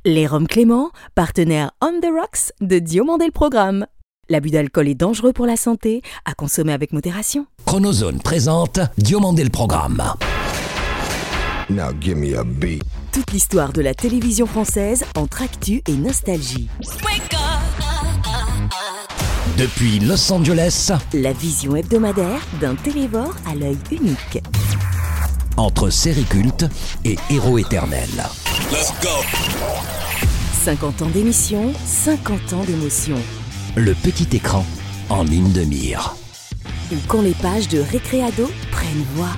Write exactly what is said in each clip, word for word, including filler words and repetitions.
Les Rhums Clément, partenaire On the Rocks de Diomandé le Programme. L'abus d'alcool est dangereux pour la santé, à consommer avec modération. Chronozone présente Diomandé le Programme. Now give me a beat. Toute l'histoire de la télévision française entre actu et nostalgie. Depuis Los Angeles, La vision hebdomadaire d'un télévore à l'œil unique. entre séries cultes et héros éternels. Let's go. cinquante ans d'émission, cinquante ans d'émotion. Le petit écran en ligne de mire. Ou quand les pages de Récréado prennent voix.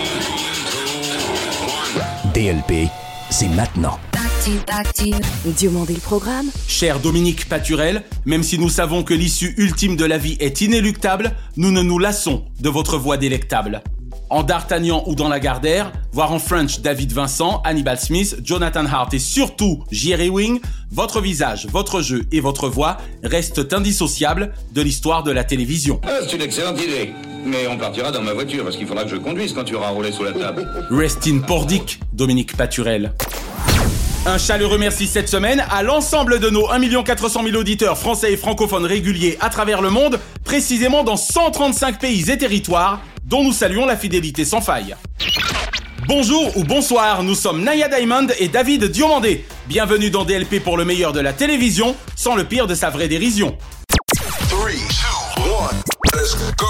D L P, c'est maintenant. Diomandé le Programme. Cher Dominique Paturel, même si nous savons que l'issue ultime de la vie est inéluctable, nous ne nous lassons de votre voix délectable. En D'Artagnan ou dans Lagardère, voire en French David Vincent, Hannibal Smith, Jonathan Hart et surtout J R Ewing, votre visage, votre jeu et votre voix restent indissociables de l'histoire de la télévision. Ah, c'est une excellente idée. Mais on partira dans ma voiture parce qu'il faudra que je conduise quand tu auras roulé sous la table. Rest in Pordic, Dominique Paturel. Un chaleureux merci cette semaine à l'ensemble de nos un million quatre cent mille auditeurs français et francophones réguliers à travers le monde, précisément dans cent trente-cinq pays et territoires, dont nous saluons la fidélité sans faille. Bonjour ou bonsoir, nous sommes Naya Diamond et David Diomandé. Bienvenue dans D L P pour le meilleur de la télévision, sans le pire de sa vraie dérision. Three, two, one, let's go.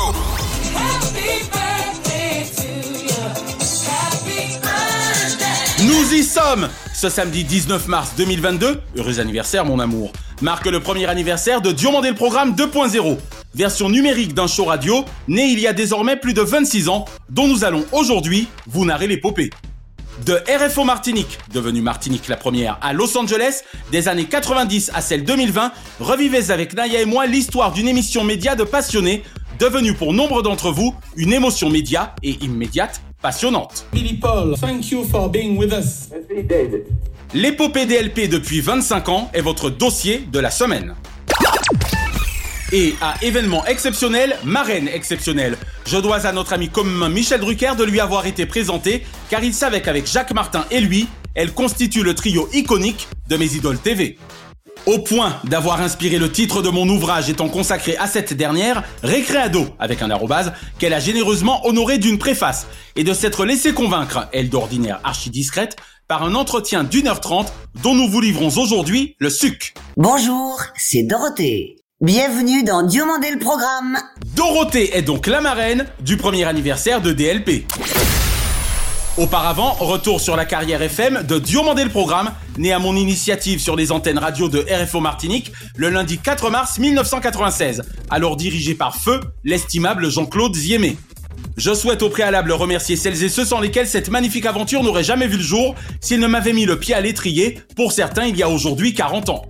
Nous y sommes! Ce samedi dix-neuf mars deux mille vingt-deux, heureux anniversaire mon amour, marque le premier anniversaire de Diomandé le Programme deux point zéro, version numérique d'un show radio né il y a désormais plus de vingt-six ans, dont nous allons aujourd'hui vous narrer l'épopée. De R F O Martinique, devenue Martinique la première, à Los Angeles, des années quatre-vingt-dix à celle deux mille vingt, revivez avec Naya et moi l'histoire d'une émission média de passionnés, devenue pour nombre d'entre vous une émotion média et immédiate passionnante. Billy Paul, thank you for being with us. L'épopée D L P depuis vingt-cinq ans est votre dossier de la semaine. Et à événement exceptionnel, marraine exceptionnelle. Je dois à notre ami commun Michel Drucker de lui avoir été présenté, car il savait qu'avec Jacques Martin et lui, elle constitue le trio iconique de Mes Idoles T V. Au point d'avoir inspiré le titre de mon ouvrage étant consacré à cette dernière, Récréado, avec un arrobase, qu'elle a généreusement honoré d'une préface, et de s'être laissée convaincre, elle d'ordinaire archi-discrète, par un entretien d'une heure trente, dont nous vous livrons aujourd'hui le suc. Bonjour, c'est Dorothée. Bienvenue dans Diomandé le Programme. Dorothée est donc la marraine du premier anniversaire de D L P. Auparavant, retour sur la carrière F M de Diomandé le Programme, né à mon initiative sur les antennes radio de R F O Martinique le lundi quatre mars mille neuf cent quatre-vingt-seize, alors dirigé par feu l'estimable Jean-Claude Ziémé. Je souhaite au préalable remercier celles et ceux sans lesquels cette magnifique aventure n'aurait jamais vu le jour s'ils ne m'avaient mis le pied à l'étrier, pour certains il y a aujourd'hui quarante ans.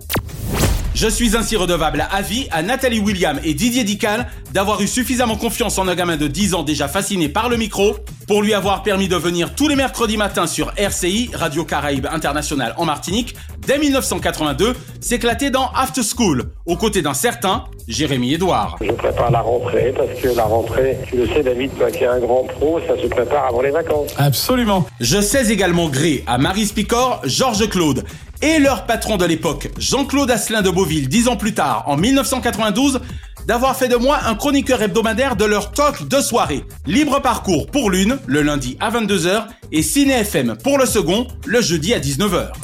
Je suis ainsi redevable à vie à Nathalie William et Didier Dical d'avoir eu suffisamment confiance en un gamin de dix ans déjà fasciné par le micro pour lui avoir permis de venir tous les mercredis matins sur R C I, Radio Caraïbe Internationale en Martinique, dès mille neuf cent quatre-vingt-deux, s'éclater dans After School, aux côtés d'un certain Jérémy Edouard. Je prépare la rentrée parce que la rentrée, tu le sais David, toi qui es un grand pro, ça se prépare avant les vacances. Absolument. Je sais également gré à Maryse Picor, Georges Claude et leur patron de l'époque, Jean-Claude Asselin de Beauville, dix ans plus tard, en mille neuf cent quatre-vingt-douze, d'avoir fait de moi un chroniqueur hebdomadaire de leur talk de soirée. Libre parcours pour l'une, le lundi à vingt-deux heures, et Ciné F M pour le second, le jeudi à dix-neuf heures.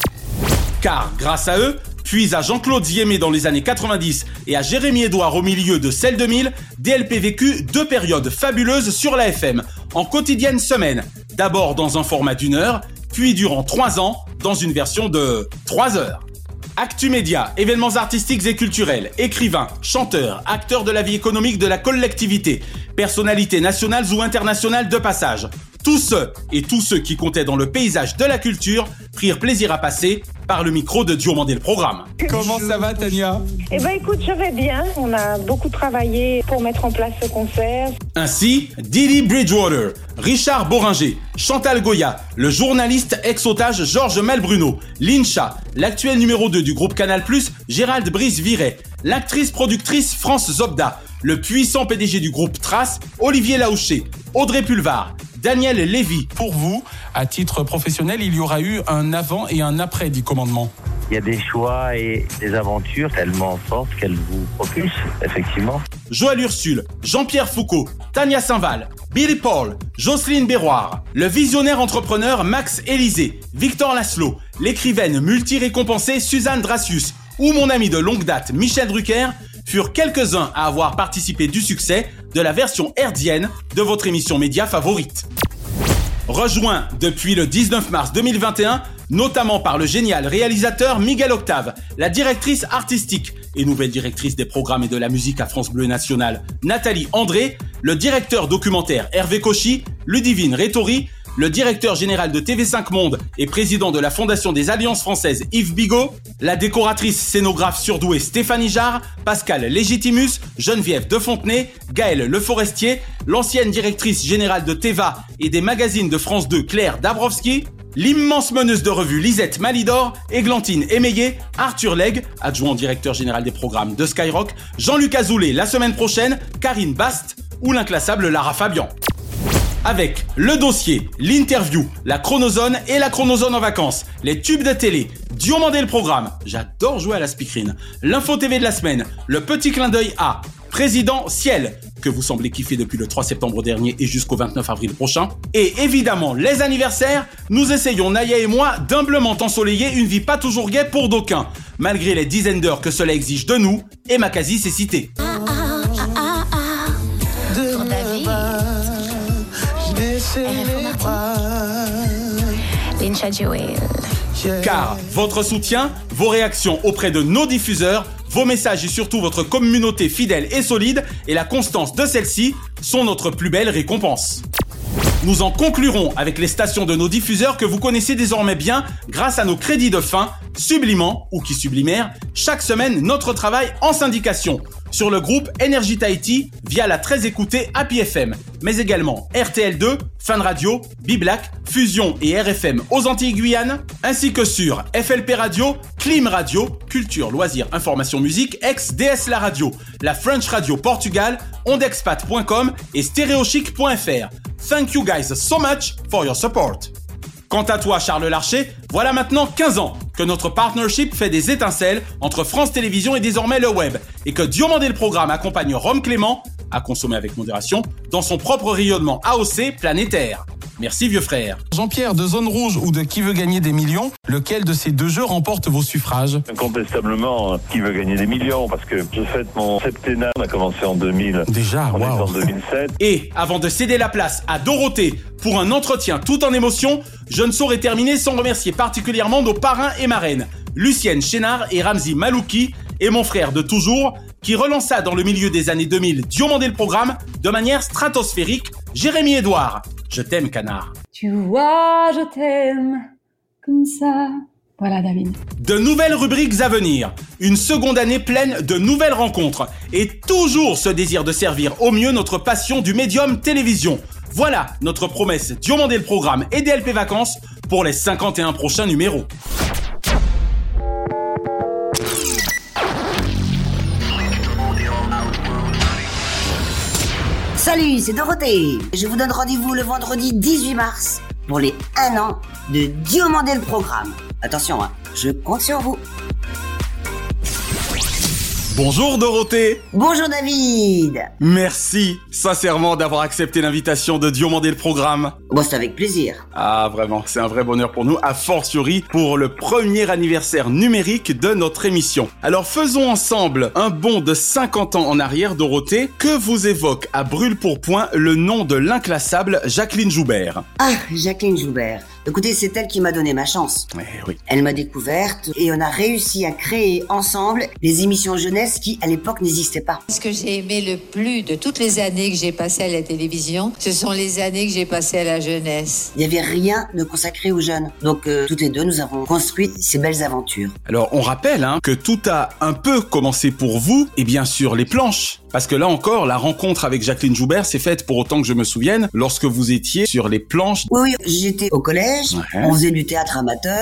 Car, grâce à eux, puis à Jean-Claude Ziémé dans les années quatre-vingt-dix et à Jérémy Edouard au milieu de celle deux mille, D L P vécut deux périodes fabuleuses sur la F M, en quotidienne semaine, d'abord dans un format d'une heure, puis durant trois ans, dans une version de trois heures. Actu Média, événements artistiques et culturels, écrivains, chanteurs, acteurs de la vie économique de la collectivité, personnalités nationales ou internationales de passage. Tous ceux et tous ceux qui comptaient dans le paysage de la culture prirent plaisir à passer par le micro de Diomandé le Programme. Comment ça va, Tania? Eh ben écoute, je vais bien. On a beaucoup travaillé pour mettre en place ce concert. Ainsi, Didi Bridgewater, Richard Boringer, Chantal Goya, le journaliste ex-otage Georges Malbruno, Lincha, l'actuel numéro deux du groupe Canal plus, Gérald Brice-Viret, l'actrice-productrice France Zobda, le puissant P D G du groupe Trace, Olivier Laouché, Audrey Pulvar, Daniel Lévy. Pour vous, à titre professionnel, il y aura eu un avant et un après dix commandements. il y a des choix et des aventures tellement fortes qu'elles vous propulsent, effectivement. Joël Ursule, Jean-Pierre Foucault, Tania Saint-Val, Billy Paul, Jocelyne Béroir, le visionnaire entrepreneur Max Élysée, Victor Laszlo, l'écrivaine multi-récompensée Suzanne Dracius ou mon ami de longue date Michel Drucker furent quelques-uns à avoir participé du succès de la version hertzienne de votre émission média favorite. Rejoint depuis le dix-neuf mars deux mille vingt et un, notamment par le génial réalisateur Miguel Octave, la directrice artistique et nouvelle directrice des programmes et de la musique à France Bleu National, Nathalie André, le directeur documentaire Hervé Cauchy, Ludivine Rétori, le directeur général de T V cinq Monde et président de la Fondation des Alliances Françaises Yves Bigot, la décoratrice scénographe surdouée Stéphanie Jarre, Pascal Légitimus, Geneviève De Fontenay, Gaël Le Forestier, l'ancienne directrice générale de Teva et des magazines de France deux Claire Dabrowski, l'immense meneuse de revue Lisette Malidor, Églantine Émeillé, Arthur Legge, adjoint directeur général des programmes de Skyrock, Jean-Luc Azoulay la semaine prochaine, Karine Bast ou l'inclassable Lara Fabian. Avec le dossier, l'interview, la chronozone et la chronozone en vacances, les tubes de télé, Diomandé le programme, j'adore jouer à la speakerine, l'info T V de la semaine, le petit clin d'œil à Président Ciel, que vous semblez kiffer depuis le trois septembre dernier et jusqu'au vingt-neuf avril prochain. Et évidemment, les anniversaires, nous essayons, Naya et moi, d'humblement ensoleiller une vie pas toujours gaie pour d'aucuns, malgré les dizaines d'heures que cela exige de nous, et ma quasi-cécité. Ah, ah, ah, ah, ah. De pour David. Lincha Joel. Car votre soutien, vos réactions auprès de nos diffuseurs, vos messages et surtout votre communauté fidèle et solide et la constance de celle-ci sont notre plus belle récompense. Nous en conclurons avec les stations de nos diffuseurs que vous connaissez désormais bien grâce à nos crédits de fin, sublimant ou qui sublimèrent chaque semaine notre travail en syndication sur le groupe Énergie Tahiti via la très écoutée Happy F M, mais également R T L deux, Fun Radio, B-Black, Fusion et R F M aux Antilles Guyane, ainsi que sur F L P Radio, Clim Radio, Culture, Loisirs, Information, Musique, ex-D S La Radio, la French Radio Portugal, ondexpat point com et stéréochic point f r. Thank you guys so much for your support. Quant à toi, Charles Larcher, voilà maintenant quinze ans que notre partnership fait des étincelles entre France Télévisions et désormais le web, et que Diomandé le programme accompagne Rome Clément, à consommer avec modération, dans son propre rayonnement A O C planétaire. Merci vieux frère. Jean-Pierre, de Zone Rouge ou de Qui veut gagner des millions, lequel de ces deux jeux remporte vos suffrages ? Incontestablement, Qui veut gagner des millions, parce que je fête mon septennat, on a commencé en deux mille. Déjà, on wow. est en deux mille sept. Et avant de céder la place à Dorothée pour un entretien tout en émotion, je ne saurais terminer sans remercier particulièrement nos parrains et marraines, Lucienne Chénard et Ramzi Malouki, et mon frère de toujours, qui relança dans le milieu des années deux mille Diomandé le programme de manière stratosphérique, Jérémy Edouard. Je t'aime, canard. Tu vois, je t'aime comme ça. Voilà, David. De nouvelles rubriques à venir, une seconde année pleine de nouvelles rencontres et toujours ce désir de servir au mieux notre passion du médium télévision. Voilà notre promesse Diomandé le programme et D L P Vacances pour les cinquante et un prochains numéros. Salut, c'est Dorothée. Je vous donne rendez-vous le vendredi dix-huit mars pour les un an de Diomandé le programme. Attention, hein, je compte sur vous. Bonjour Dorothée. Bonjour David. Merci sincèrement d'avoir accepté l'invitation de Diomandé le programme. Bon, c'est avec plaisir. Ah vraiment, c'est un vrai bonheur pour nous, a fortiori pour le premier anniversaire numérique de notre émission. Alors faisons ensemble un bond de cinquante ans en arrière, Dorothée. Que vous évoque à brûle-pourpoint le nom de l'inclassable Jacqueline Joubert? Ah, Jacqueline Joubert. Écoutez, c'est elle qui m'a donné ma chance. Eh oui. Elle m'a découverte et on a réussi à créer ensemble les émissions jeunesse qui, à l'époque, n'existaient pas. Ce que j'ai aimé le plus de toutes les années que j'ai passées à la télévision, ce sont les années que j'ai passées à la jeunesse. Il n'y avait rien de consacré aux jeunes. Donc, euh, toutes les deux, nous avons construit ces belles aventures. Alors, on rappelle hein, que tout a un peu commencé pour vous, et bien sûr les planches. Parce que là encore, la rencontre avec Jacqueline Joubert s'est faite, pour autant que je me souvienne, lorsque vous étiez sur les planches. Oui, oui, j'étais au collège, ouais. On faisait du théâtre amateur.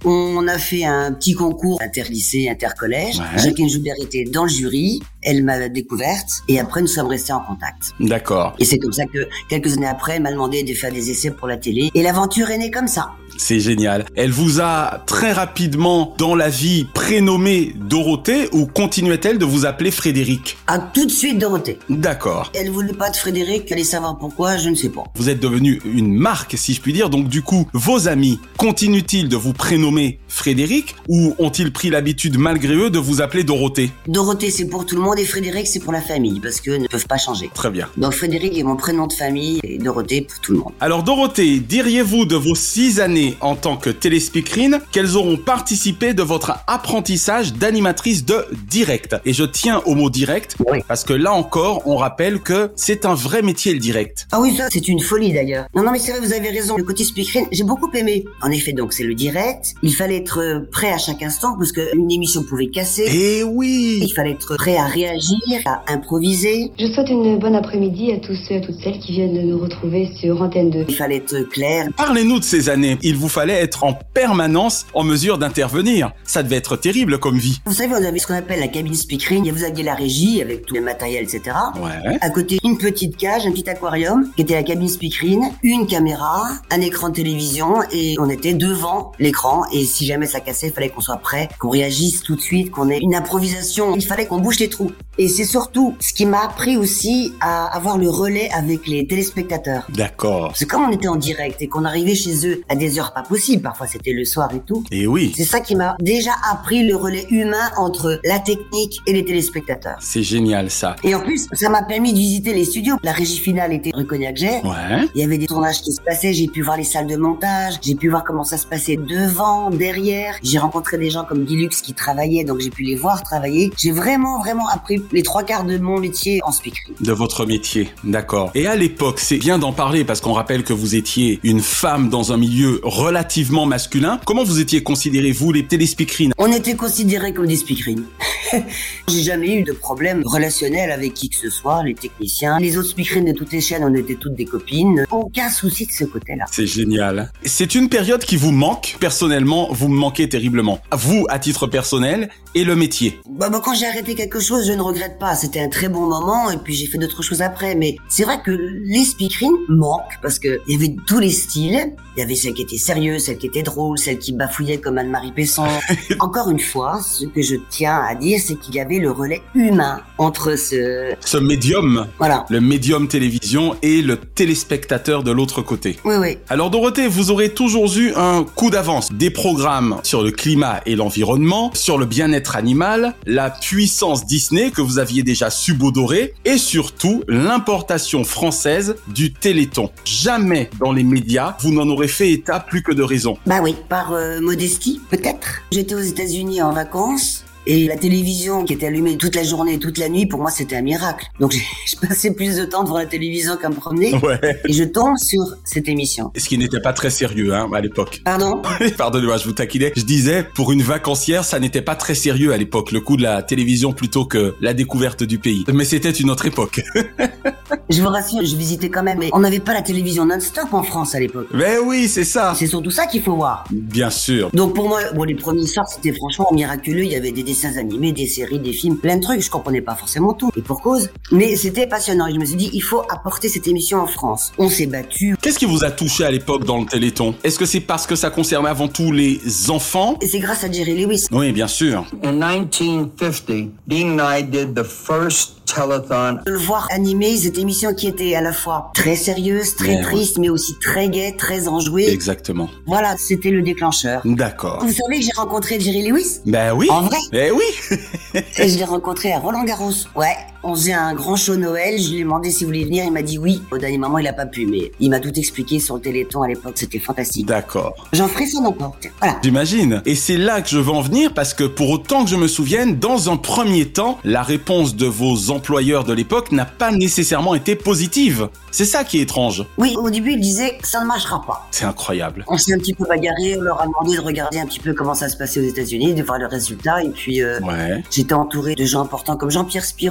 On a fait un petit concours interlycée, intercollège. Ouais. Jacqueline Joubert était dans le jury. Elle m'a découverte et après nous sommes restés en contact. D'accord. Et c'est comme ça que quelques années après, elle m'a demandé de faire des essais pour la télé. Et l'aventure est née comme ça. C'est génial. Elle vous a très rapidement dans la vie prénommé Dorothée ou continuait-elle de vous appeler Frédéric? Ah, tout de suite Dorothée. D'accord. Elle voulait pas de Frédéric, allez savoir pourquoi, je ne sais pas. Vous êtes devenu une marque, si je puis dire. Donc du coup, vos amis continuent-ils de vous prénommer Frédéric ou ont-ils pris l'habitude malgré eux de vous appeler Dorothée? Dorothée, c'est pour tout le monde et Frédéric, c'est pour la famille parce qu'eux ne peuvent pas changer. Très bien. Donc Frédéric est mon prénom de famille et Dorothée pour tout le monde. Alors Dorothée, diriez-vous de vos six années en tant que téléspeakerine qu'elles auront participé de votre apprentissage d'animatrice de direct? Et je tiens au mot direct oui. parce que là encore, on rappelle que c'est un vrai métier le direct. Ah oui, ça c'est une folie d'ailleurs. Non, non mais c'est vrai, vous avez raison. Le côté speakerine, j'ai beaucoup aimé. En effet, donc c'est le direct. Il fallait être prêt à chaque instant parce qu'une émission pouvait casser. Eh oui. Il fallait être prêt à réagir, à improviser. Je souhaite une bonne après-midi à tous ceux et à toutes celles qui viennent de nous retrouver sur Antenne deux. Il fallait être clair. Parlez-nous de ces années. Il vous fallait être en permanence en mesure d'intervenir. Ça devait être terrible comme vie. Vous savez, on avait ce qu'on appelle la cabine speakerine. Vous aviez la régie avec tout le matériel, et cetera. Ouais. À côté, une petite cage, un petit aquarium qui était la cabine speakerine, une caméra, un écran de télévision et on était devant l'écran. Et si jamais ça cassait, il fallait qu'on soit prêt, qu'on réagisse tout de suite, qu'on ait une improvisation. Il fallait qu'on bouche les trous. Et c'est surtout ce qui m'a appris aussi à avoir le relais avec les téléspectateurs. D'accord. Parce que comme on était en direct et qu'on arrivait chez eux à des heures pas possibles, parfois c'était le soir et tout. Et oui. C'est ça qui m'a déjà appris le relais humain entre la technique et les téléspectateurs. C'est génial ça. Et en plus, ça m'a permis de visiter les studios. La régie finale était rue Cognac-Jet. Ouais. Il y avait des tournages qui se passaient, j'ai pu voir les salles de montage, j'ai pu voir comment ça se passait devant, derrière. J'ai rencontré des gens comme Guy Lux qui travaillaient, donc j'ai pu les voir travailler. J'ai vraiment, vraiment appris les trois quarts de mon métier en speakerine. De votre métier, d'accord. Et à l'époque, c'est bien d'en parler parce qu'on rappelle que vous étiez une femme dans un milieu relativement masculin. Comment vous étiez considérés, vous, les téléspeakerines? On était considérés comme des speakerines. J'ai jamais eu de problème relationnel avec qui que ce soit, les techniciens. Les autres speakerines de toutes les chaînes, on était toutes des copines. Aucun souci de ce côté-là. C'est génial. C'est une période qui vous manque. Personnellement, vous me manquez terriblement. Vous, à titre personnel, et le métier. Bah, bah quand j'ai arrêté quelque chose, je ne regrette pas. C'était un très bon moment et puis j'ai fait d'autres choses après. Mais c'est vrai que les speakerines manquent parce que il y avait tous les styles. Il y avait celles qui étaient sérieuses, celles qui étaient drôles, celles qui bafouillaient comme Anne-Marie Pesson. Encore une fois, ce que je tiens à dire, c'est qu'il y avait le relais humain entre ce... Ce médium. Voilà. Le médium télévision et le téléspectateur de l'autre côté. Oui, oui. Alors Dorothée, vous aurez toujours eu un coup d'avance. Des programmes sur le climat et l'environnement, sur le bien-être animal, la puissance Disney que vous aviez déjà subodorée et surtout l'importation française du Téléthon. Jamais dans les médias, vous n'en aurez fait état plus que de raison. Bah oui, par euh, modestie, peut-être. J'étais aux États-Unis en vacances. Et la télévision qui était allumée toute la journée et toute la nuit, pour moi, c'était un miracle. Donc, j'ai, je passais plus de temps devant la télévision qu'à me promener. Ouais. Et je tombe sur cette émission. Ce qui n'était pas très sérieux, hein, à l'époque. Pardon? Pardonnez-moi, je vous taquinais. Je disais, pour une vacancière, ça n'était pas très sérieux à l'époque, le coup de la télévision plutôt que la découverte du pays. Mais c'était une autre époque. Je vous rassure, je visitais quand même, mais on n'avait pas la télévision non-stop en France à l'époque. Mais oui, c'est ça. C'est surtout ça qu'il faut voir. Bien sûr. Donc pour moi, bon, les premiers soirs, c'était franchement miraculeux. Il y avait des dessins animés, des séries, des films, plein de trucs. Je comprenais pas forcément tout, et pour cause. Mais c'était passionnant. Et je me suis dit, il faut apporter cette émission en France. On s'est battu. Qu'est-ce qui vous a touché à l'époque dans le Téléthon? Est-ce que c'est parce que ça concernait avant tout les enfants? Et c'est grâce à Jerry Lewis. Oui, bien sûr. In nineteen fifty, Dean and I did the first telethon. De le voir animer cette émission qui était à la fois très sérieuse, très mais triste, ouais. mais aussi très gaie, très enjouée. Exactement. Voilà, c'était le déclencheur. D'accord. Vous savez que j'ai rencontré Jerry Lewis? Ben oui. En vrai? Ben oui. Et je l'ai rencontré à Roland-Garros. Ouais. On faisait un grand show Noël, je lui ai demandé s'il voulait venir, il m'a dit oui. Au dernier moment, il a pas pu, mais il m'a tout expliqué sur le Téléthon à l'époque, c'était fantastique. D'accord. J'en frissonne encore, voilà. J'imagine. Et c'est là que je veux en venir, parce que pour autant que je me souvienne, dans un premier temps, la réponse de vos employeurs de l'époque n'a pas nécessairement été positive. C'est ça qui est étrange. Oui, au début, ils disaient ça ne marchera pas. C'est incroyable. On s'est un petit peu bagarré, on leur a demandé de regarder un petit peu comment ça se passait aux États-Unis, de voir le résultat, et puis euh, ouais. j'étais entouré de gens importants comme Jean-Pierre Spiron, qui était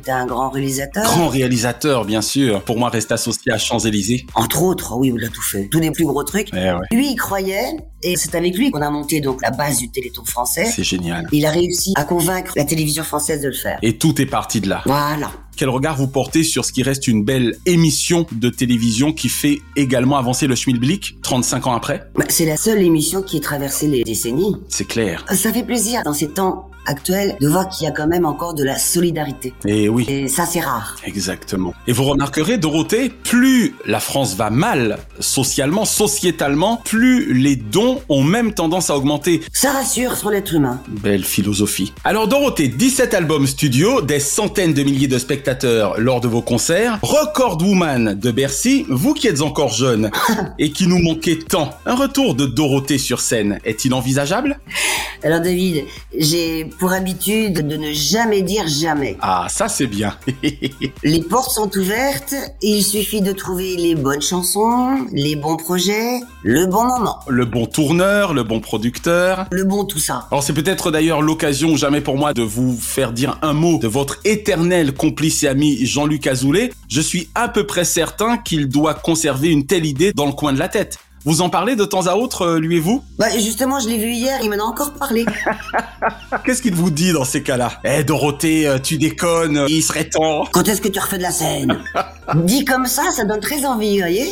était un grand réalisateur. Grand réalisateur, bien sûr. Pour moi, reste associé à Champs-Élysées. Entre autres, oui, il a tout fait. Tous les plus gros trucs. Eh ouais. Lui, il croyait, et c'est avec lui qu'on a monté donc la base du Téléthon français. C'est génial. Il a réussi à convaincre la télévision française de le faire. Et tout est parti de là. Voilà. Quel regard vous portez sur ce qui reste une belle émission de télévision qui fait également avancer le schmilblick trente-cinq ans après? Bah, c'est la seule émission qui ait traversé les décennies. C'est clair. Ça fait plaisir dans ces temps actuels de voir qu'il y a quand même encore de la solidarité. Et oui. Et ça, c'est rare. Exactement. Et vous remarquerez, Dorothée, plus la France va mal socialement, sociétalement, plus les dons ont même tendance à augmenter. Ça rassure sur l'être humain. Belle philosophie. Alors Dorothée, dix-sept albums studio, des centaines de milliers de spectateurs lors de vos concerts, Record Woman de Bercy, vous qui êtes encore jeune et qui nous manquez tant, un retour de Dorothée sur scène, est-il envisageable? Alors David, j'ai pour habitude de ne jamais dire jamais. Ah, ça c'est bien. Les portes sont ouvertes et il suffit de trouver les bonnes chansons, les bons projets, le bon moment. Le bon tourneur, le bon producteur. Le bon tout ça. Alors c'est peut-être d'ailleurs l'occasion ou jamais pour moi de vous faire dire un mot de votre éternel complice et ami Jean-Luc Azoulay. Je suis à peu près certain qu'il doit conserver une telle idée dans le coin de la tête. Vous en parlez de temps à autre, lui et vous? Bah justement, je l'ai vu hier, il m'en a encore parlé. Qu'est-ce qu'il vous dit dans ces cas-là? Eh Dorothée, tu déconnes, il serait temps. Quand est-ce que tu refais de la scène? Dit comme ça, ça donne très envie, vous voyez.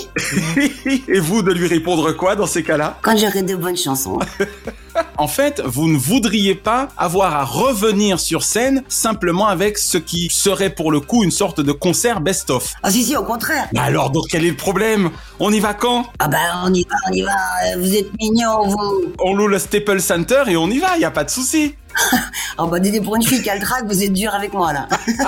Et vous, de lui répondre quoi dans ces cas-là? Quand j'aurai de bonnes chansons. En fait, vous ne voudriez pas avoir à revenir sur scène simplement avec ce qui serait pour le coup une sorte de concert best-of. Ah si si, au contraire. Bah alors, donc quel est le problème? On y va quand? Ah bah on y va, on y va, vous êtes mignons vous. On loue le Staples Center et on y va, y a pas de souci. Oh bah Dédé, pour une fille qui a le trac, vous êtes dur avec moi là.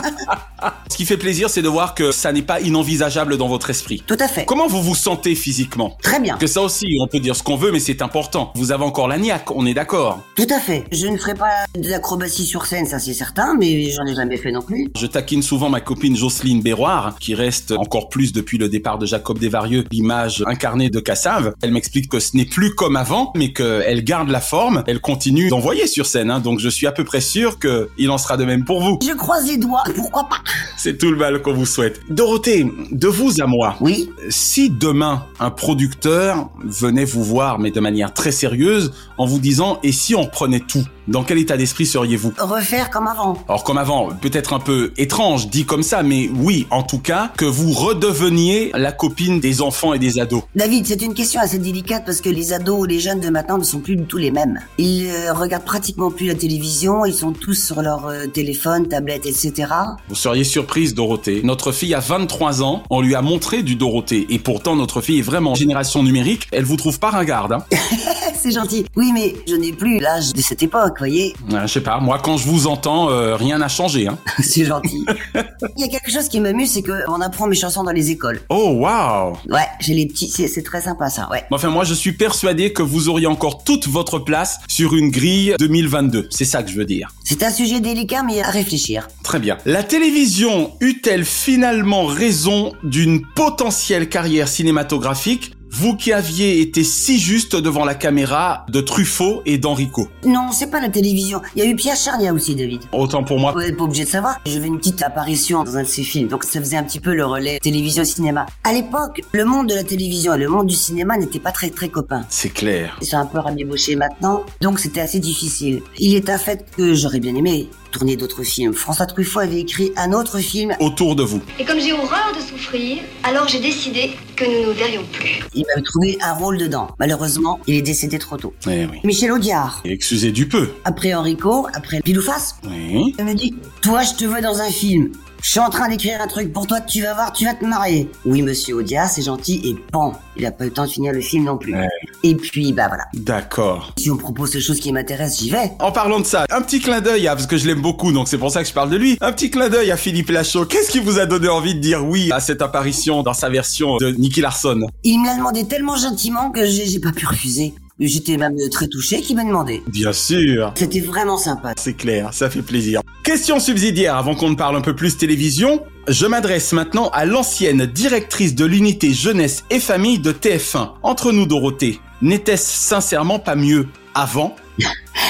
Ce qui fait plaisir, c'est de voir que ça n'est pas inenvisageable dans votre esprit. Tout à fait. Comment vous vous sentez physiquement? Très bien. Que ça aussi, on peut dire ce qu'on veut, mais c'est important. Vous avez encore la niaque, on est d'accord? Tout à fait. Je ne ferai pas d'acrobatie sur scène, ça c'est certain, mais j'en ai jamais fait non plus. Je taquine souvent ma copine Jocelyne Béroir, qui reste encore plus depuis le départ de Jacob Desvarieux, l'image incarnée de Cassave. Elle m'explique que ce n'est plus comme avant, mais qu'elle garde la forme, elle continue d'envoyer sur scène, hein, donc je suis à peu près sûr qu'il en sera de même pour vous. Je croise les doigts, pourquoi pas? C'est tout le mal qu'on vous souhaite. Dorothée, de vous à moi. Oui. Si demain, un producteur venait vous voir, mais de manière très sérieuse, en vous disant « Et si on prenait tout ?» Dans quel état d'esprit seriez-vous? Refaire comme avant. Alors comme avant, peut-être un peu étrange dit comme ça, mais oui, en tout cas, que vous redeveniez la copine des enfants et des ados. David, c'est une question assez délicate parce que les ados ou les jeunes de maintenant ne sont plus du tout les mêmes. Ils euh, regardent pratiquement plus la télévision, ils sont tous sur leur euh, téléphone, tablette, et cetera. Vous seriez surprise, Dorothée. Notre fille a vingt-trois ans, on lui a montré du Dorothée, et pourtant notre fille est vraiment en génération numérique, elle vous trouve pas ringarde, hein. C'est gentil. Oui, mais je n'ai plus l'âge de cette époque, voyez. Euh, je sais pas, moi quand je vous entends, euh, rien n'a changé, hein. C'est gentil. Il y a quelque chose qui m'amuse, c'est qu'on apprend mes chansons dans les écoles. Oh, waouh. Ouais, j'ai les petits, c'est, c'est très sympa ça, ouais. Enfin, moi je suis persuadé que vous auriez encore toute votre place sur une grille deux mille vingt-deux, c'est ça que je veux dire. C'est un sujet délicat, mais à réfléchir. Très bien. La télévision eut-elle finalement raison d'une potentielle carrière cinématographique? Vous qui aviez été si juste devant la caméra de Truffaut et d'Enrico. Non, c'est pas la télévision. Il y a eu Pierre Charnia aussi, David. Autant pour moi. Vous n'êtes pas obligé de savoir. J'avais une petite apparition dans un de ses films, donc ça faisait un petit peu le relais télévision-cinéma. À l'époque, le monde de la télévision et le monde du cinéma n'étaient pas très très copains. C'est clair. Ils sont un peu rabibochés maintenant, donc c'était assez difficile. Il est un fait que j'aurais bien aimé tourner d'autres films. François Truffaut avait écrit un autre film autour de vous. Et comme j'ai horreur de souffrir, alors j'ai décidé que nous nous verrions plus. Il m'avait trouvé un rôle dedans. Malheureusement, il est décédé trop tôt. Eh oui. Michel Audiard. Excusez du peu. Après Enrico, après Pilouface. Oui. Il me dit, toi je te veux dans un film. Je suis en train d'écrire un truc pour toi, tu vas voir, tu vas te marier. Oui, monsieur Audiard, c'est gentil, et pan, il a pas eu le temps de finir le film non plus. Ouais. Et puis, bah voilà. D'accord. Si on me propose des choses qui m'intéressent, j'y vais. En parlant de ça, un petit clin d'œil, hein, parce que je l'aime beaucoup, donc c'est pour ça que je parle de lui. Un petit clin d'œil à Philippe Lachaud. Qu'est-ce qui vous a donné envie de dire oui à cette apparition dans sa version de Nicky Larson? Il me l'a demandé tellement gentiment que j'ai, j'ai pas pu refuser. J'étais même très touché qu'il m'a demandé. Bien sûr. C'était vraiment sympa. C'est clair, ça fait plaisir. Question subsidiaire avant qu'on ne parle un peu plus télévision. Je m'adresse maintenant à l'ancienne directrice de l'unité jeunesse et famille de T F un. Entre nous, Dorothée, n'était-ce sincèrement pas mieux avant?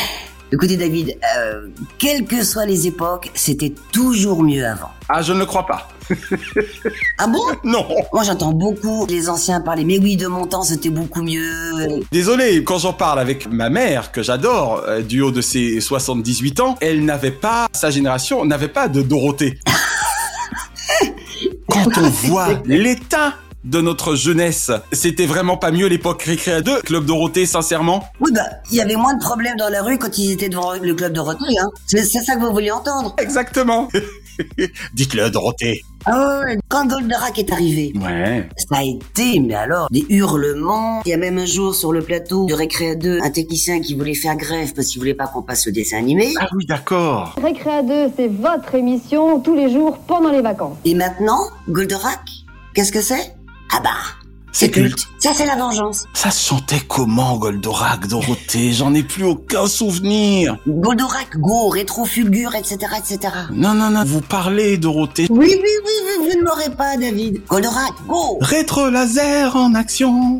Écoutez David, euh, quelles que soient les époques, c'était toujours mieux avant. Ah, je ne le crois pas. Ah bon? Non. Moi j'entends beaucoup les anciens parler, mais oui, de mon temps c'était beaucoup mieux. Désolé, quand j'en parle avec ma mère, que j'adore, euh, du haut de ses soixante-dix-huit ans, elle n'avait pas, sa génération n'avait pas de Dorothée. Quand on voit l'état de notre jeunesse, c'était vraiment pas mieux l'époque Récréa deux, Club Dorothée, sincèrement? Oui, bah, il y avait moins de problèmes dans la rue quand ils étaient devant le Club Dorothée, hein. C'est, c'est ça que vous vouliez entendre. Exactement. Dites-le, Dorothée. Ah ouais, quand Goldorak est arrivé, ouais, ça a été, mais alors, des hurlements. Il y a même un jour sur le plateau de Récréa deux, un technicien qui voulait faire grève parce qu'il voulait pas qu'on passe le dessin animé. Ah oui, d'accord. Récréa deux, c'est votre émission tous les jours pendant les vacances. Et maintenant, Goldorak, qu'est-ce que c'est? Ah bah, c'est culte. Ça, c'est la vengeance. Ça se chantait comment, Goldorak, Dorothée? J'en ai plus aucun souvenir. Goldorak, go, rétro-fulgure, et cetera, et cetera. Non, non, non, vous parlez, Dorothée. Oui, oui, oui, oui, vous ne m'aurez pas, David. Goldorak, go. Rétro-laser en action.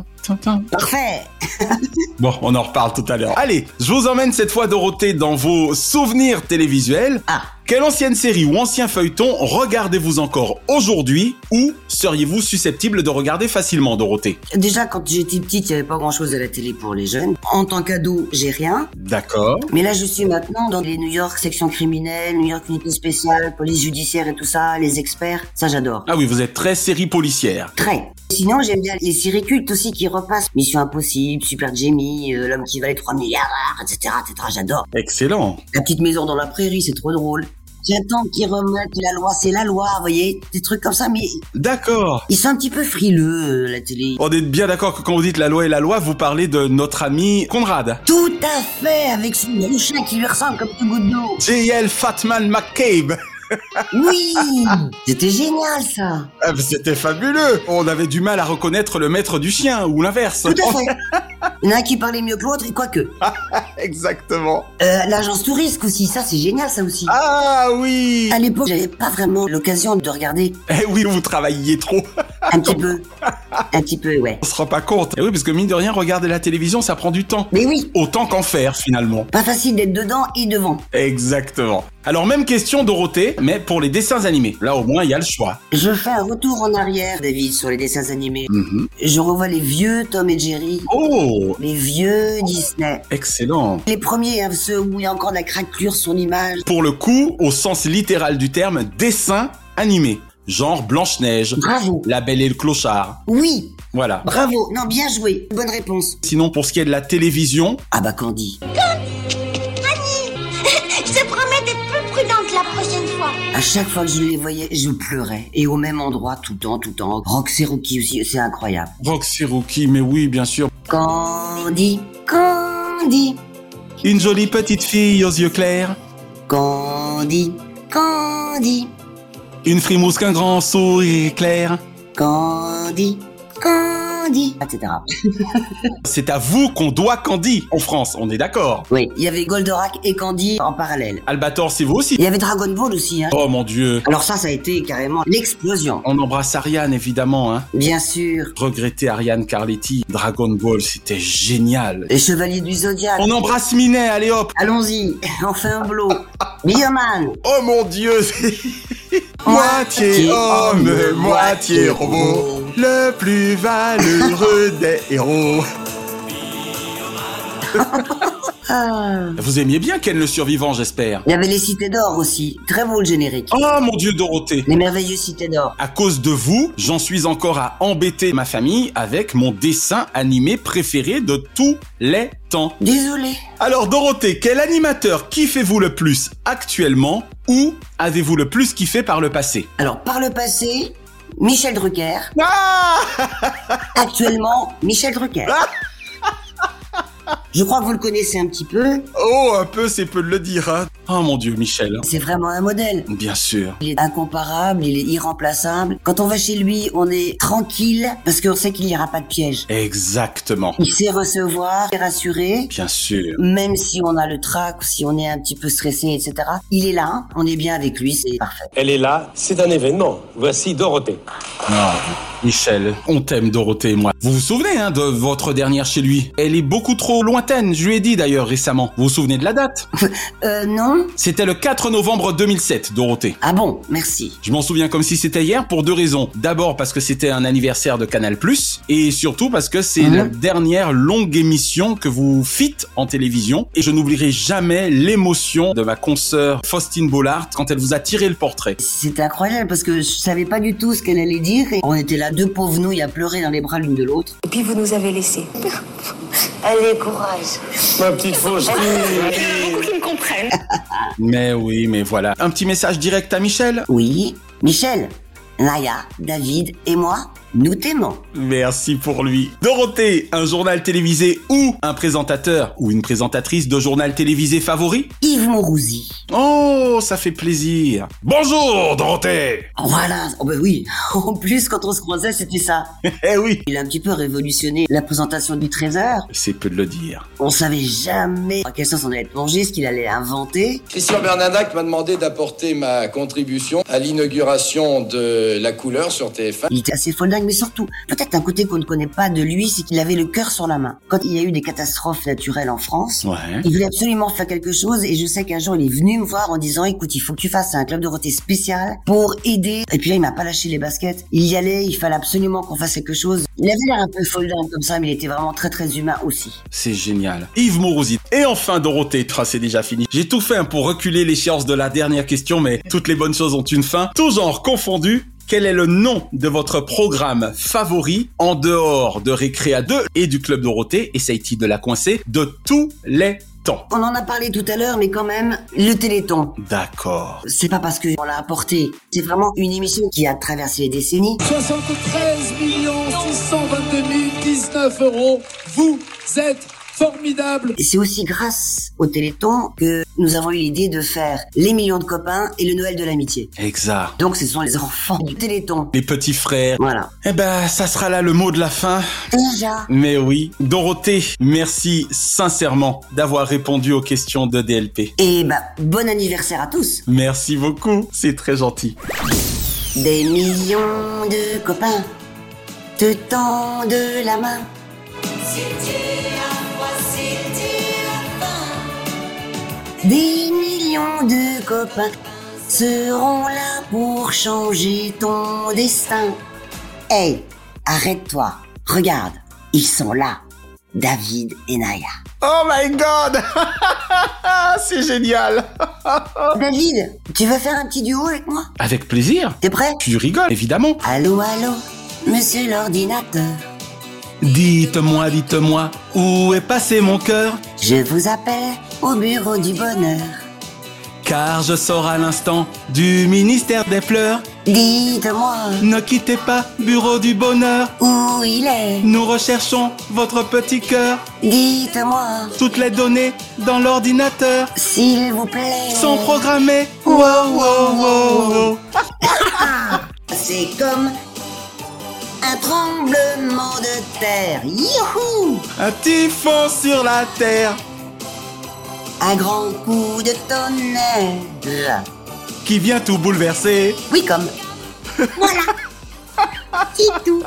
Parfait. Bon, on en reparle tout à l'heure. Allez, je vous emmène cette fois, Dorothée, dans vos souvenirs télévisuels. Ah. Quelle ancienne série ou ancien feuilleton regardez-vous encore aujourd'hui ou seriez-vous susceptible de regarder facilement, Dorothée? Déjà, quand j'étais petite, il n'y avait pas grand-chose à la télé pour les jeunes. En tant qu'ado, j'ai rien. D'accord. Mais là, je suis maintenant dans les New York section criminelle, New York unité spéciale, police judiciaire et tout ça, les experts. Ça, j'adore. Ah oui, vous êtes très série policière. Très. Sinon, j'aime bien les séries cultes aussi qui repassent. Mission Impossible, Super Jamie, euh, L'homme qui valait trois milliards, et cetera, et cetera. J'adore. Excellent. La petite maison dans la prairie, c'est trop drôle. J'attends qu'ils remettent la loi, c'est la loi, vous voyez, des trucs comme ça, mais... D'accord. Ils sont un petit peu frileux, euh, la télé. On est bien d'accord que quand vous dites la loi et la loi, vous parlez de notre ami Conrad. Tout à fait, avec ce gros chien qui lui ressemble comme une goutte d'eau. J L Fatman McCabe. Oui, c'était génial ça. Ah, c'était fabuleux. On avait du mal à reconnaître le maître du chien ou l'inverse. Tout à fait. Il y en a un qui parlait mieux que l'autre, et quoique. Exactement. Euh, l'agence Tourisque aussi, ça c'est génial ça aussi. Ah oui. À l'époque, j'avais pas vraiment l'occasion de regarder. Eh oui, vous travailliez trop. Un petit peu. Un petit peu, ouais. On se rend pas compte. Eh oui, parce que mine de rien, regarder la télévision, ça prend du temps. Mais oui. Autant qu'en faire, finalement. Pas facile d'être dedans et devant. Exactement. Alors, même question, Dorothée, mais pour les dessins animés. Là, au moins, il y a le choix. Je fais un retour en arrière, David, sur les dessins animés. Mm-hmm. Je revois les vieux Tom et Jerry. Oh. Les vieux Disney. Excellent. Les premiers, hein, ceux où il y a encore de la craquelure sur l'image. Pour le coup, au sens littéral du terme, dessin animé. Genre Blanche-Neige. Bravo. La Belle et le Clochard. Oui. Voilà. Bravo. Non, bien joué. Bonne réponse. Sinon, pour ce qui est de la télévision... Ah bah Candy. Candy. Annie. Je te promets d'être plus prudente la prochaine fois. À chaque fois que je les voyais, je pleurais. Et au même endroit, tout le temps, tout le temps. Roxy Rookie aussi, c'est incroyable. Roxy Rookie, mais oui, bien sûr. Candy. Candy. Une jolie petite fille aux yeux clairs. Candy. Candy. Une frimousse qu'un grand sourire clair. Candy, Candy, et cetera. C'est à vous qu'on doit Candy en France, on est d'accord? Oui, il y avait Goldorak et Candy en parallèle. Albator, c'est vous aussi? Il y avait Dragon Ball aussi, hein. Oh mon Dieu. Alors ça, ça a été carrément l'explosion. On embrasse Ariane, évidemment, hein. Bien sûr. Regretter Ariane Carletti. Dragon Ball, c'était génial. Les Chevaliers du Zodiac. On embrasse Minet, allez hop. Allons-y, on fait un blow. Bioman. Oh mon Dieu. Moitié homme, moitié robot, le plus valeureux des héros. Ah. Vous aimiez bien Ken le Survivant, j'espère. Il y avait les Cités d'Or aussi. Très beau le générique. Oh mon Dieu, Dorothée. Les merveilleuses Cités d'Or. À cause de vous, j'en suis encore à embêter ma famille avec mon dessin animé préféré de tous les temps. Désolé. Alors Dorothée, quel animateur kiffez-vous le plus actuellement ou avez-vous le plus kiffé par le passé? Alors par le passé, Michel Drucker. Ah Actuellement, Michel Drucker. Ah Je crois que vous le connaissez un petit peu. Oh, un peu, c'est peu de le dire, hein. Oh mon Dieu, Michel. C'est vraiment un modèle. Bien sûr. Il est incomparable, il est irremplaçable. Quand on va chez lui, on est tranquille parce qu'on sait qu'il n'y aura pas de piège. Exactement. Il sait recevoir, il est rassuré. Bien sûr. Même si on a le trac, si on est un petit peu stressé, et cetera. Il est là, hein. On est bien avec lui, c'est parfait. Elle est là, c'est un événement. Voici Dorothée. Ah. Michel, on t'aime Dorothée et moi. Vous vous souvenez hein, de votre dernière chez lui? Elle est beaucoup trop lointaine, je lui ai dit d'ailleurs récemment. Vous vous souvenez de la date? Euh, non. C'était le quatre novembre deux mille sept, Dorothée. Ah bon, merci. Je m'en souviens comme si c'était hier pour deux raisons. D'abord parce que c'était un anniversaire de Canal plus, et surtout parce que c'est mmh. la dernière longue émission que vous fîtes en télévision. Et je n'oublierai jamais l'émotion de ma consoeur Faustine Bollard quand elle vous a tiré le portrait. C'était incroyable parce que je savais pas du tout ce qu'elle allait dire et on était là deux pauvres nouilles à pleurer dans les bras l'une de l'autre. Et puis vous nous avez laissés. Allez, courage. Ma petite Faustine. Il y en a beaucoup qui me comprennent. Mais oui, mais voilà. Un petit message direct à Michel. Oui, Michel, Naya, David et moi, nous t'aimons. Merci pour lui. Dorothée, un journal télévisé ou un présentateur ou une présentatrice de journal télévisé favori? Yves Mourouzi. Oh, ça fait plaisir. Bonjour, Dorothée. Voilà, oh ben oui. En plus, quand on se croisait, c'était ça. Eh oui. Il a un petit peu révolutionné la présentation du treize heures. C'est peu de le dire. On savait jamais à quelle sauce on allait être mangé, ce qu'il allait inventer. Christian Bernadac m'a demandé d'apporter ma contribution à l'inauguration de La Couleur sur T F un. Il était assez foldingue, mais surtout, peut-être un côté qu'on ne connaît pas de lui, c'est qu'il avait le cœur sur la main. Quand il y a eu des catastrophes naturelles en France, ouais. il voulait absolument faire quelque chose et je sais qu'un jour il est venu me voir en disant écoute, il faut que tu fasses un club Dorothée spécial pour aider. Et puis là, il m'a pas lâché les baskets. Il y allait, il fallait absolument qu'on fasse quelque chose. Il avait l'air un peu foldingue comme ça, mais il était vraiment très très humain aussi. C'est génial. Yves Mourouzi. Et enfin Dorothée, oh, c'est déjà fini. J'ai tout fait pour reculer l'échéance de la dernière question, mais toutes les bonnes choses ont une fin. Tout genre confondu. Quel est le nom de votre programme favori en dehors de Récréa deux et du Club Dorothée, essaye-t-il de la coincer, de tous les temps? On en a parlé tout à l'heure, mais quand même, le Téléthon. D'accord. C'est pas parce qu'on l'a apporté. C'est vraiment une émission qui a traversé les décennies. soixante-treize millions six cent vingt-deux mille dix-neuf euros. Vous êtes formidable. Et c'est aussi grâce au Téléthon que nous avons eu l'idée de faire les millions de copains et le Noël de l'amitié. Exact. Donc ce sont les enfants du Téléthon. Les petits frères. Voilà. Eh ben, ça sera là le mot de la fin. Déjà. Mais oui. Dorothée, merci sincèrement d'avoir répondu aux questions de D L P. Et bah, bon anniversaire à tous. Merci beaucoup. C'est très gentil. Des millions de copains te tendent la main. Des millions de copains seront là pour changer ton destin. Hey, arrête-toi, regarde, ils sont là, David et Naya. Oh my God. C'est génial. David, tu veux faire un petit duo avec moi? Avec plaisir. T'es prêt? Tu rigoles, évidemment. Allô, allô, monsieur l'ordinateur. Dites-moi, dites-moi, où est passé mon cœur? Je vous appelle au bureau du bonheur. Car je sors à l'instant du ministère des pleurs. Dites-moi, ne quittez pas, bureau du bonheur. Où il est? Nous recherchons votre petit cœur. Dites-moi, toutes les données dans l'ordinateur, s'il vous plaît, sont programmées. Wow, wow, wow, wow. C'est comme un tremblement de terre. Youhou! Un typhon sur la terre. Un grand coup de tonnerre qui vient tout bouleverser. Oui, comme. Voilà. C'est tout.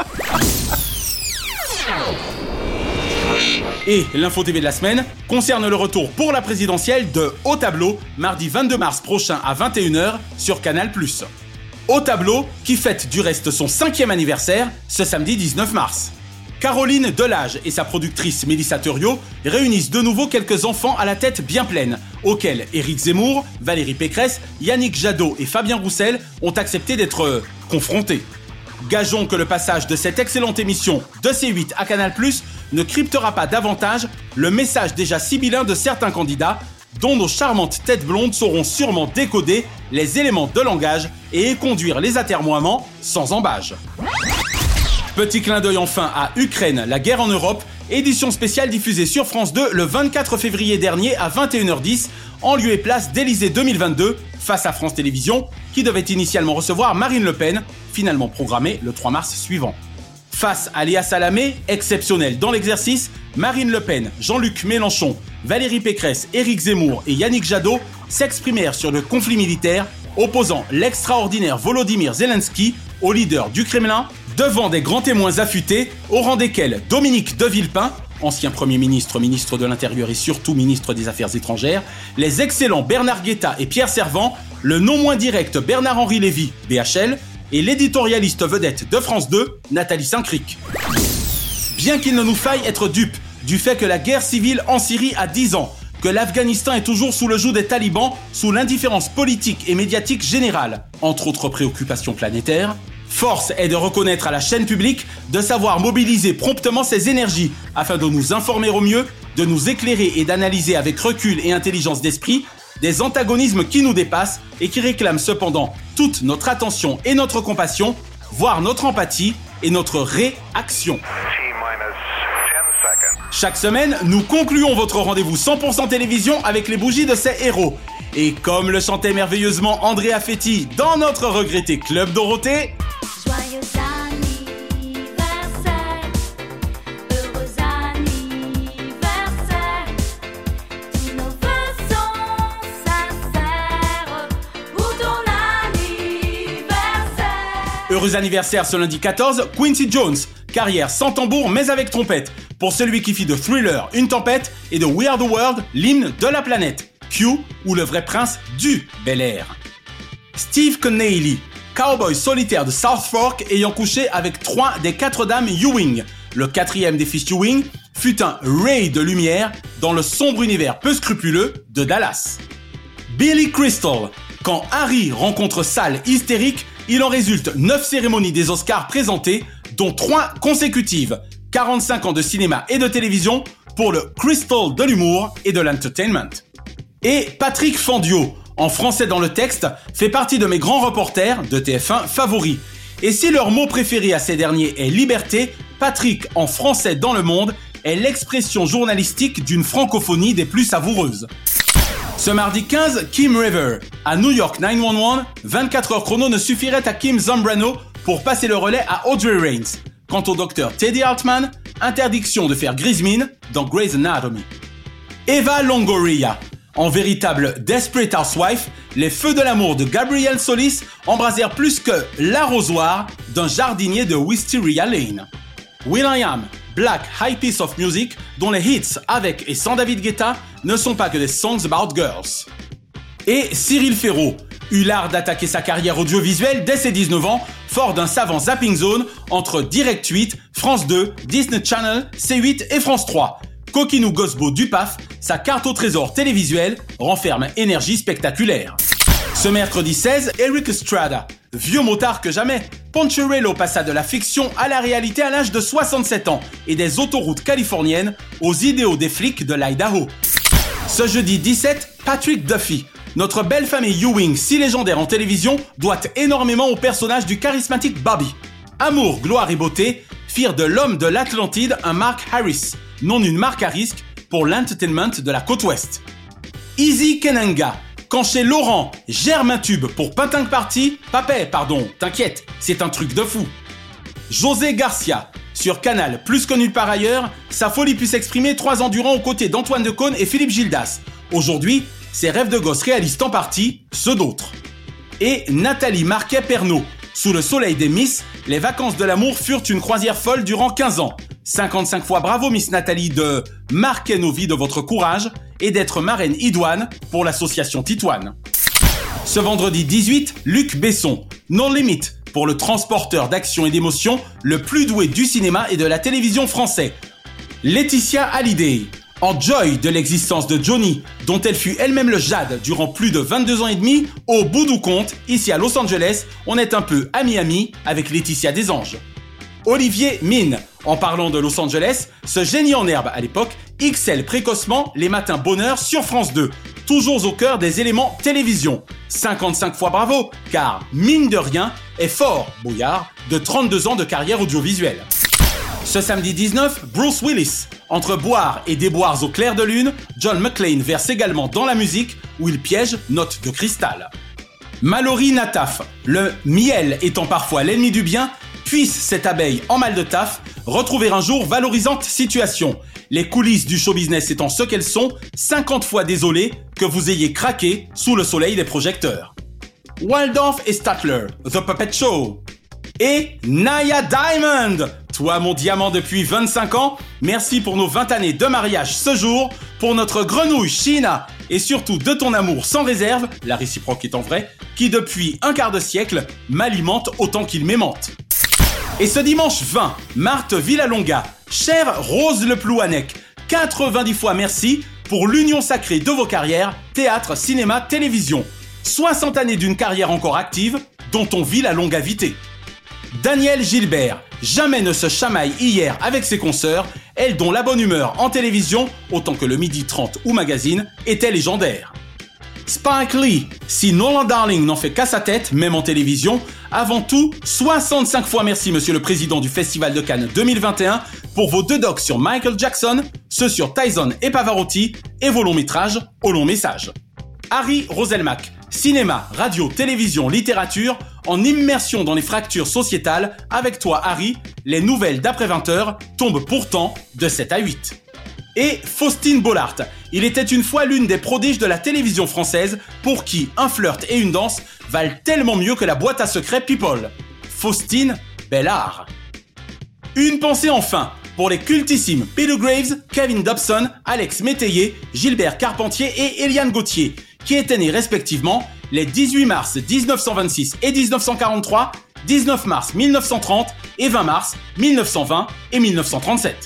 Et l'info T V de la semaine concerne le retour pour la présidentielle de Au Tableau, mardi vingt-deux mars prochain à vingt et une heures sur Canal plus. Au Tableau, qui fête du reste son cinquième anniversaire ce samedi dix-neuf mars. Caroline Delage et sa productrice Mélissa Thuriot réunissent de nouveau quelques enfants à la tête bien pleine, auxquels Éric Zemmour, Valérie Pécresse, Yannick Jadot et Fabien Roussel ont accepté d'être euh, confrontés. Gageons que le passage de cette excellente émission de C huit à Canal plus ne cryptera pas davantage le message déjà sibyllin de certains candidats, dont nos charmantes têtes blondes sauront sûrement décoder les éléments de langage et conduire les atermoiements sans embâge. Petit clin d'œil enfin à Ukraine, la guerre en Europe, édition spéciale diffusée sur France deux le vingt-quatre février dernier à vingt et une heures dix, en lieu et place d'Élysée deux mille vingt-deux, face à France Télévisions, qui devait initialement recevoir Marine Le Pen, finalement programmée le trois mars suivant. Face à Léa Salamé, exceptionnelle dans l'exercice, Marine Le Pen, Jean-Luc Mélenchon, Valérie Pécresse, Éric Zemmour et Yannick Jadot s'exprimèrent sur le conflit militaire, opposant l'extraordinaire Volodymyr Zelensky au leader du Kremlin, devant des grands témoins affûtés, au rang desquels Dominique de Villepin, ancien Premier ministre, ministre de l'Intérieur et surtout ministre des Affaires étrangères, les excellents Bernard Guetta et Pierre Servan, le non moins direct Bernard-Henri Lévy, B H L, et l'éditorialiste vedette de France deux, Nathalie Saint-Cric. Bien qu'il ne nous faille être dupes du fait que la guerre civile en Syrie a dix ans, que l'Afghanistan est toujours sous le joug des talibans, sous l'indifférence politique et médiatique générale, entre autres préoccupations planétaires, force est de reconnaître à la chaîne publique de savoir mobiliser promptement ses énergies afin de nous informer au mieux, de nous éclairer et d'analyser avec recul et intelligence d'esprit des antagonismes qui nous dépassent et qui réclament cependant toute notre attention et notre compassion, voire notre empathie et notre réaction. Chaque semaine, nous concluons votre rendez-vous cent pour cent télévision avec les bougies de ces héros. Et comme le chantait merveilleusement Andrea Fetti dans notre regretté Club Dorothée... Joyeux anniversaire, heureux anniversaire, tous nos vœux sont sincères, pour ton anniversaire. Heureux anniversaire ce lundi quatorze, Quincy Jones, carrière sans tambour mais avec trompette, pour celui qui fit de Thriller une tempête et de We Are the World l'hymne de la planète, Q ou le vrai prince du Bel Air. Steve Connelly, cowboy solitaire de South Fork ayant couché avec trois des quatre dames Ewing. Le quatrième des fils Ewing fut un ray de lumière dans le sombre univers peu scrupuleux de Dallas. Billy Crystal, quand Harry rencontre Sal hystérique, il en résulte neuf cérémonies des Oscars présentées, dont trois consécutives. quarante-cinq ans de cinéma et de télévision pour le Crystal de l'humour et de l'entertainment. Et Patrick Fandiot, en français dans le texte, fait partie de mes grands reporters de T F un favoris. Et si leur mot préféré à ces derniers est liberté, Patrick, en français dans le monde, est l'expression journalistique d'une francophonie des plus savoureuses. Ce mardi quinze, Kim River. À New York neuf un un, vingt-quatre heures chrono ne suffiraient à Kim Zambrano pour passer le relais à Audrey Raines. Quant au docteur Teddy Altman, interdiction de faire grise mine dans Grey's Anatomy. Eva Longoria. En véritable Desperate Housewife, les feux de l'amour de Gabrielle Solis embrasèrent plus que l'arrosoir d'un jardinier de Wisteria Lane. will.i.am, Black High Piece of Music, dont les hits avec et sans David Guetta ne sont pas que des songs about girls. Et Cyril Ferraud eut l'art d'attaquer sa carrière audiovisuelle dès ses dix-neuf ans, fort d'un savant zapping zone entre Direct huit, France deux, Disney Channel, C huit et France trois. Coquinou Gosbo du P A F, sa carte au trésor télévisuel renferme énergie spectaculaire. Ce mercredi seize, Eric Estrada, vieux motard que jamais, Poncherello passa de la fiction à la réalité à l'âge de soixante-sept ans et des autoroutes californiennes aux idéaux des flics de l'Idaho. Ce jeudi dix-sept, Patrick Duffy, notre belle famille Ewing, si légendaire en télévision, doit énormément au personnage du charismatique Bobby. Amour, gloire et beauté firent de l'homme de l'Atlantide un Mark Harris, non une marque à risque pour l'entertainment de la côte ouest. Easy Kenanga, quand chez Laurent germe un tube pour Pinting Party, papé, pardon, t'inquiète, c'est un truc de fou. José Garcia, sur Canal, plus que nulle part ailleurs, sa folie put s'exprimer trois ans durant aux côtés d'Antoine Decaune et Philippe Gildas. Aujourd'hui, ses rêves de gosse réalisent en partie ceux d'autres. Et Nathalie Marquet-Pernaut, sous le soleil des Miss, les vacances de l'amour furent une croisière folle durant quinze ans. cinquante-cinq fois bravo Miss Nathalie de marquer nos vies de votre courage et d'être marraine idoine pour l'association Titoine. Ce vendredi dix-huit, Luc Besson, Non Limit, pour le transporteur d'action et d'émotion le plus doué du cinéma et de la télévision français. Laetitia Hallyday, en joy de l'existence de Johnny, dont elle fut elle-même le jade durant plus de vingt-deux ans et demi, au bout du compte, ici à Los Angeles, on est un peu ami-ami avec Laetitia Desanges. Olivier Mine, en parlant de Los Angeles, ce génie en herbe à l'époque excelle précocement les matins bonheur sur France deux, toujours au cœur des éléments télévision. cinquante-cinq fois bravo, car mine de rien, est fort bouillard de trente-deux ans de carrière audiovisuelle. Ce samedi dix-neuf, Bruce Willis. Entre boire et déboires au clair de lune, John McClane verse également dans la musique où il piège notes de cristal. Mallory Nataf, le miel étant parfois l'ennemi du bien, puisse cette abeille en mal de taf retrouver un jour valorisante situation. Les coulisses du show business étant ce qu'elles sont, cinquante fois désolé que vous ayez craqué sous le soleil des projecteurs. Waldorf et Statler, The Puppet Show. Et Naya Diamond, toi mon diamant depuis vingt-cinq ans, merci pour nos vingt années de mariage ce jour, pour notre grenouille Sheena, et surtout de ton amour sans réserve, la réciproque étant vraie, qui depuis un quart de siècle m'alimente autant qu'il m'aimante. Et ce dimanche vingt, Marthe Villalonga, chère Rose Le Plouanec, quatre-vingt-dix fois merci pour l'union sacrée de vos carrières, théâtre, cinéma, télévision. soixante années d'une carrière encore active, dont on vit la longavité. Daniel Gilbert, jamais ne se chamaille hier avec ses consoeurs, elle dont la bonne humeur en télévision, autant que le midi trente ou magazine, était légendaire. Spike Lee, si Nolan Darling n'en fait qu'à sa tête, même en télévision, avant tout, soixante-cinq fois merci monsieur le président du Festival de Cannes deux mille vingt et un pour vos deux docs sur Michael Jackson, ceux sur Tyson et Pavarotti, et vos longs métrages au long message. Harry Roselmack, cinéma, radio, télévision, littérature, en immersion dans les fractures sociétales, avec toi Harry, les nouvelles d'après vingt heures tombent pourtant de sept à huit. Et Faustine Bollard, il était une fois l'une des prodiges de la télévision française pour qui un flirt et une danse valent tellement mieux que la boîte à secrets People. Faustine Bellard. Une pensée enfin pour les cultissimes Peter Graves, Kevin Dobson, Alex Métayer, Gilbert Carpentier et Eliane Gauthier, qui étaient nés respectivement les dix-huit mars dix-neuf cent vingt-six et dix-neuf cent quarante-trois, dix-neuf mars mille neuf cent trente et vingt mars mille neuf cent vingt et mille neuf cent trente-sept.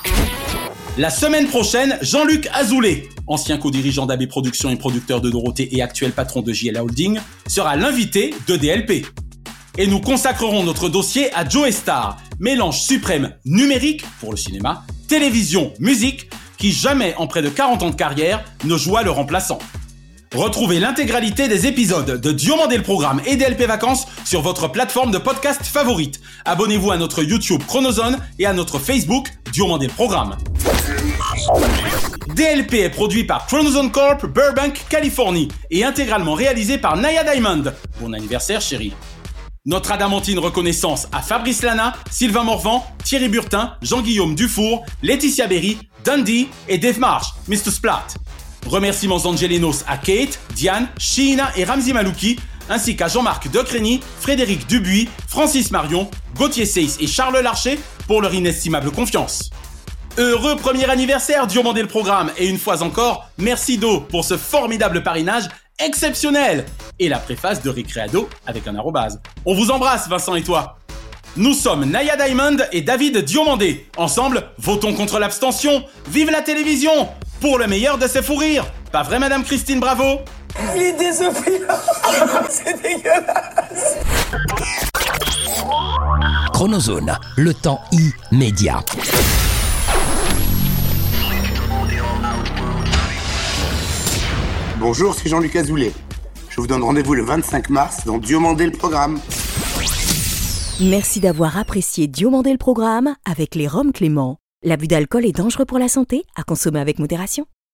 La semaine prochaine, Jean-Luc Azoulay, ancien co-dirigeant d'A B Productions et producteur de Dorothée et actuel patron de J L A Holding, sera l'invité de D L P. Et nous consacrerons notre dossier à Joe Star, mélange suprême numérique pour le cinéma, télévision, musique, qui jamais en près de quarante ans de carrière ne joua le remplaçant. Retrouvez l'intégralité des épisodes de Diomandé le Programme et D L P Vacances sur votre plateforme de podcast favorite. Abonnez-vous à notre YouTube Chronozone et à notre Facebook Diomandé le Programme. D L P est produit par Chronozone Corp, Burbank, Californie et intégralement réalisé par Naya Diamond. Bon anniversaire chérie. Notre adamantine reconnaissance à Fabrice Lana, Sylvain Morvan, Thierry Burtin, Jean-Guillaume Dufour, Laetitia Berry, Dundee et Dave Marsh, mister Splat. Remerciements angelinos à Kate, Diane, Sheena et Ramzi Malouki, ainsi qu'à Jean-Marc Decreny, Frédéric Dubuis, Francis Marion, Gauthier Seyss et Charles Larcher pour leur inestimable confiance. Heureux premier anniversaire Diomandé le Programme et une fois encore, merci Do pour ce formidable parrainage exceptionnel et la préface de Récréado avec un arrobase. On vous embrasse Vincent et toi. Nous sommes Naya Diamond et David Diomandé. Ensemble, votons contre l'abstention. Vive la télévision pour le meilleur de ses fous rires. Pas vrai Madame Christine Bravo? Il est désophilant. C'est dégueulasse. Chronozone, le temps immédiat. Bonjour, c'est Jean-Luc Azoulay. Je vous donne rendez-vous le vingt-cinq mars dans Diomandé le Programme. Merci d'avoir apprécié Diomandé le Programme avec les Roms Clément. L'abus d'alcool est dangereux pour la santé, à consommer avec modération.